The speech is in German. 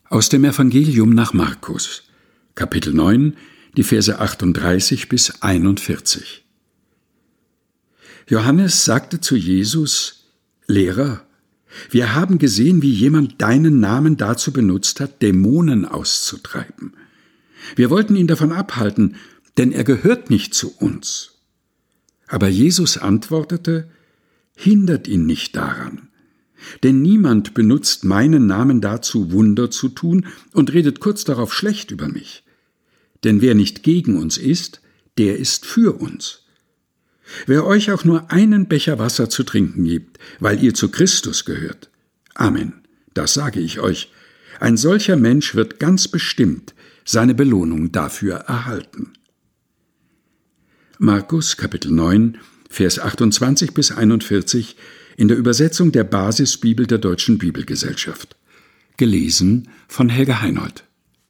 Aus dem Evangelium nach Markus, Kapitel 9, die Verse 38 bis 41. Johannes sagte zu Jesus: Lehrer, wir haben gesehen, wie jemand deinen Namen dazu benutzt hat, Dämonen auszutreiben. Wir wollten ihn davon abhalten, denn er gehört nicht zu uns. Aber Jesus antwortete: Hindert ihn nicht daran. Denn niemand benutzt meinen Namen dazu, Wunder zu tun und redet kurz darauf schlecht über mich. Denn wer nicht gegen uns ist, der ist für uns. Wer euch auch nur einen Becher Wasser zu trinken gibt, weil ihr zu Christus gehört, Amen, das sage ich euch, ein solcher Mensch wird ganz bestimmt seine Belohnung dafür erhalten. Markus Kapitel 9, Vers 28 bis 41 in der Übersetzung der Basisbibel der Deutschen Bibelgesellschaft. Gelesen von Helga Heinold.